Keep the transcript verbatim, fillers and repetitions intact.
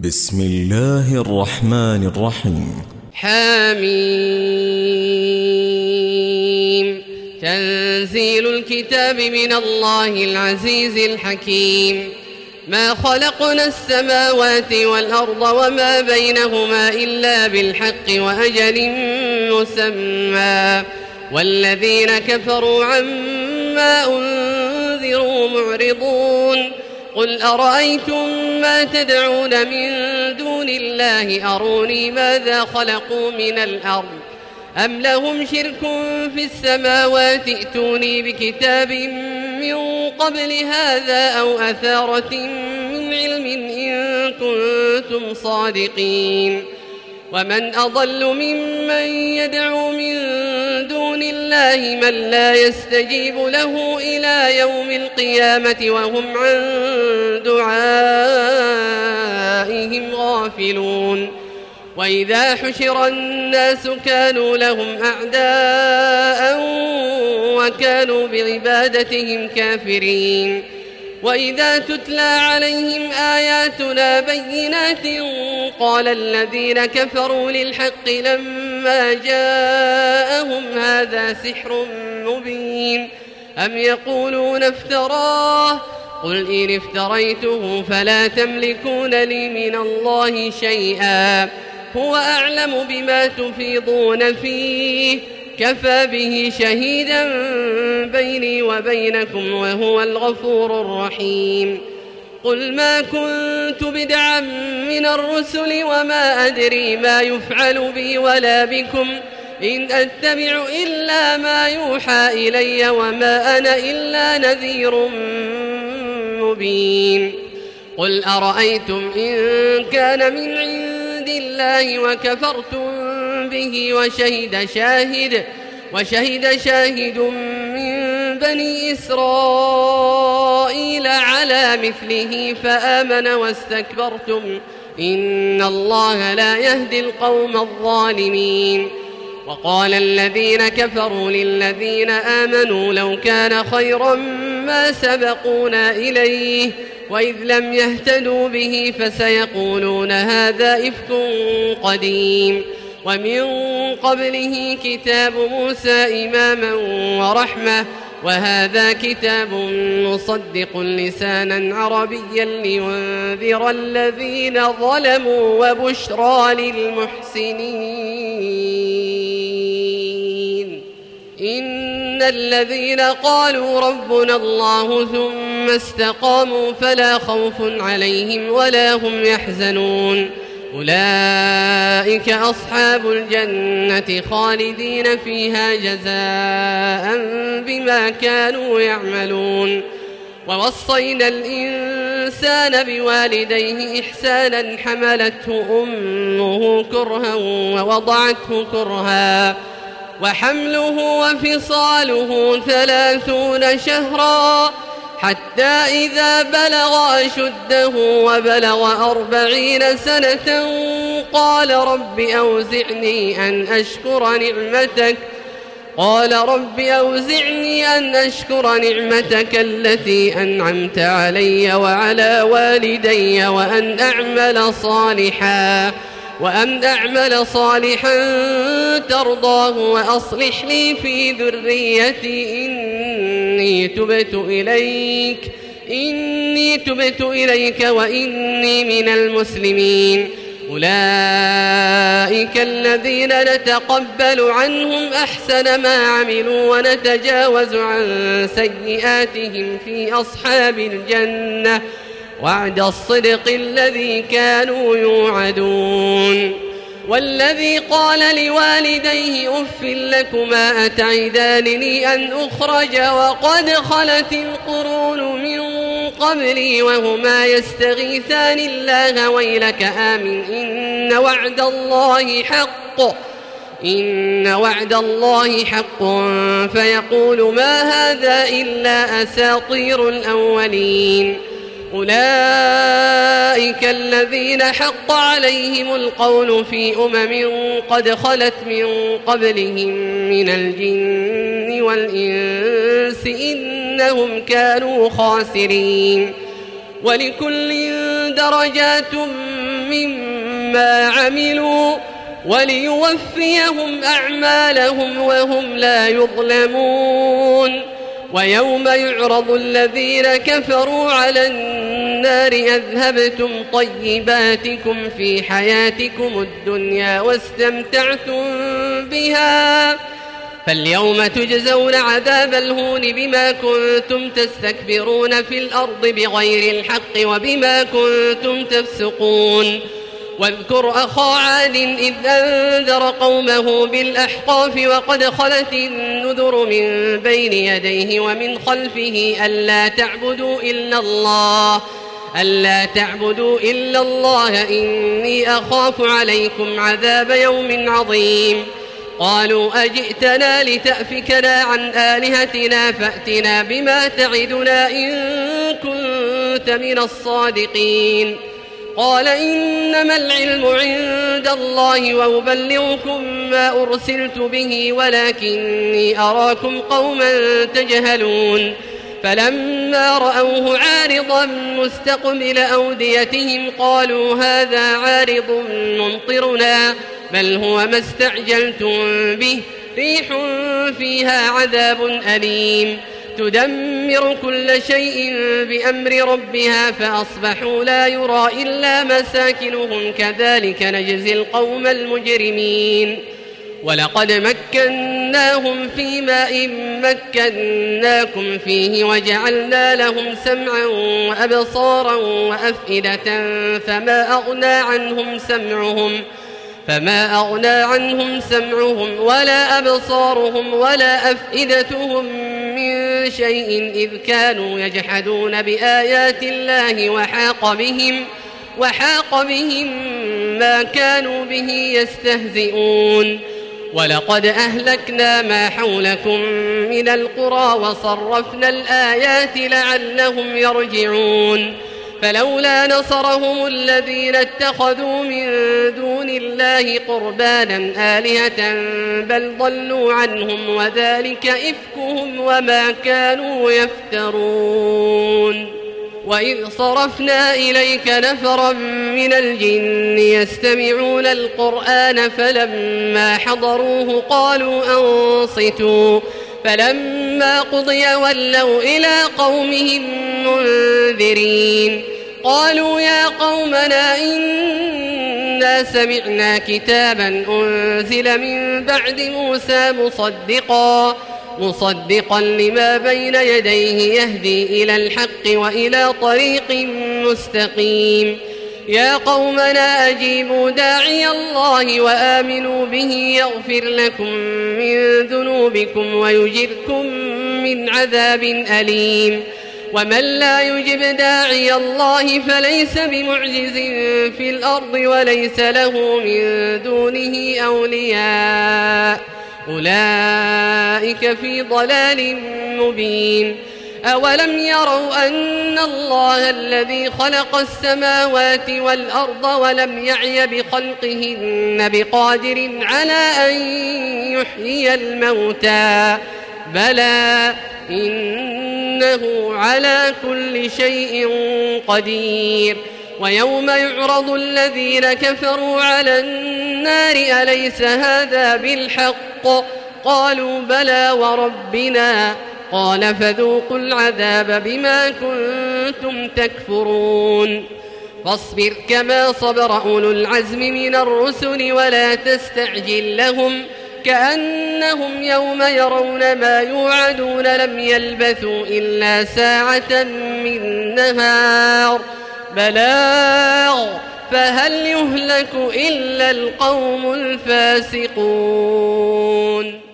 بسم الله الرحمن الرحيم. حميم. تنزيل الكتاب من الله العزيز الحكيم. ما خلقنا السماوات والأرض وما بينهما إلا بالحق وأجل مسمى، والذين كفروا عما أنذروا معرضون. قل أرأيتم ما تدعون من دون الله أروني ماذا خلقوا من الأرض أم لهم شرك في السماوات ائتوني بكتاب من قبل هذا أو أثارة من علم إن كنتم صادقين. ومن أضل ممن يدعو من دون الله من لا يستجيب له إلى يوم القيامة وهم عن دعائهم غافلون. وإذا حشر الناس كانوا لهم أعداء وكانوا بعبادتهم كافرين. وإذا تتلى عليهم آياتنا بينات قال الذين كفروا للحق لما جاءهم هذا سحر مبين أم يقولون افتراه قل إن افتريته فلا تملكون لي من الله شيئا هو أعلم بما تفيضون فيه كفى به شهيدا بيني وبينكم وهو الغفور الرحيم. قل ما كنت بدعا من الرسل وما أدري ما يفعل بي ولا بكم إن أتبع إلا ما يوحى إلي وما أنا إلا نذير مبين. قل أرأيتم إن كان من عند الله وكفرتم به وشهد شاهد وشهد شاهد من بني إسرائيل على مثله فآمن واستكبرتم إن الله لا يهدي القوم الظالمين. وقال الذين كفروا للذين آمنوا لو كان خيرا ما سبقونا إليه وإذ لم يهتدوا به فسيقولون هذا إفك قديم. ومن قبله كتاب موسى إماما ورحمة وهذا كتاب مصدق لسانا عربيا لينذر الذين ظلموا وبشرى للمحسنين. إن الذين قالوا ربنا الله ثم استقاموا فلا خوف عليهم ولا هم يحزنون أولئك أصحاب الجنة خالدين فيها جزاء بما كانوا يعملون. ووصينا الإنسان بوالديه إحسانا حملته أمه كرها ووضعته كرها وحمله وفصاله ثلاثون شهرا حتى إذا بلغ أشده وبلغ أربعين سنة قال رب أوزعني أن أشكر نعمتك قال رب أوزعني أن أشكر نعمتك التي أنعمت علي وعلى والدي وأن أعمل صالحا وأن أعمل صالحا ترضاه وأصلح لي في ذريتي إني تبت إليك إني تبت إليك وإني من المسلمين. أولئك الذين نتقبل عنهم أحسن ما عملوا ونتجاوز عن سيئاتهم في أصحاب الجنة وعد الصدق الذي كانوا يوعدون. والذي قال لوالديه أف لكما أتعدانني أن أخرج وقد خلت القرون من قبلي وهما يستغيثان الله ويلك آمن إن وعد الله حق إن وعد الله حق فيقول ما هذا إلا أساطير الأولين. أولئك الذين حق عليهم القول في أمم قد خلت من قبلهم من الجن والإنس إنهم كانوا خاسرين. ولكل درجات مما عملوا وليوفيهم أعمالهم وهم لا يظلمون. ويوم يعرض الذين كفروا على النار أذهبتم طيباتكم في حياتكم الدنيا واستمتعتم بها فاليوم تجزون عذاب الهون بما كنتم تستكبرون في الأرض بغير الحق وبما كنتم تفسقون. واذكر أخا عاد إذ أنذر قومه بالأحقاف وقد خلت النذر من بين يديه ومن خلفه ألا تعبدوا إلا الله ألا تعبدوا إلا الله إني أخاف عليكم عذاب يوم عظيم. قالوا أجئتنا لتأفكنا عن آلهتنا فأتنا بما تعدنا إن كنت من الصادقين. قال إنما العلم عند الله وأبلغكم ما أرسلت به ولكني أراكم قوما تجهلون. فلما رأوه عارضا مستقبل أوديتهم قالوا هذا عارض ممطرنا بل هو ما استعجلتم به ريح فيها عذاب أليم تدمر كل شيء بأمر ربها فأصبحوا لا يرى إلا مساكنهم كذلك نجزي القوم المجرمين. ولقد مكناهم في ماء مكناكم فيه وجعلنا لهم سمعا وأبصارا وأفئدة فما أغنى عنهم سمعهم فما أغنى عنهم سمعهم ولا أبصارهم ولا أفئدتهم من شيء إذ كانوا يجحدون بآيات الله وحاق بهم وحاق بهم ما كانوا به يستهزئون. ولقد أهلكنا ما حولكم من القرى وصرفنا الآيات لعلهم يرجعون. فلولا نصرهم الذين اتخذوا من دون الله قربانا آلهة بل ضلوا عنهم وذلك إفكهم وما كانوا يفترون. وإذ صرفنا إليك نفرا من الجن يستمعون القرآن فلما حضروه قالوا أنصتوا فلما قضي ولوا إلى قومهم منذرين. قالوا يا قومنا إنا سمعنا كتابا أنزل من بعد موسى مصدقا مصدقا لما بين يديه يهدي إلى الحق وإلى طريق مستقيم. يا قومنا أجيبوا داعي الله وآمنوا به يغفر لكم من ذنوبكم ويجركم من عذاب أليم. ومن لا يجب داعي الله فليس بمعجز في الأرض وليس له من دونه أولياء أولئك في ضلال مبين. أولم يروا أن الله الذي خلق السماوات والأرض ولم يعي بخلقهن بقادر على أن يحيي الموتى بلى إنه على كل شيء قدير. ويوم يعرض الذين كفروا على النار أليس هذا بالحق قالوا بلى وربنا قال فذوقوا العذاب بما كنتم تكفرون. فاصبر كما صبر أولو العزم من الرسل ولا تستعجل لهم كأنهم يوم يرون ما يوعدون لم يلبثوا إلا ساعة من نهار بلاغ فهل يهلك إلا القوم الفاسقون.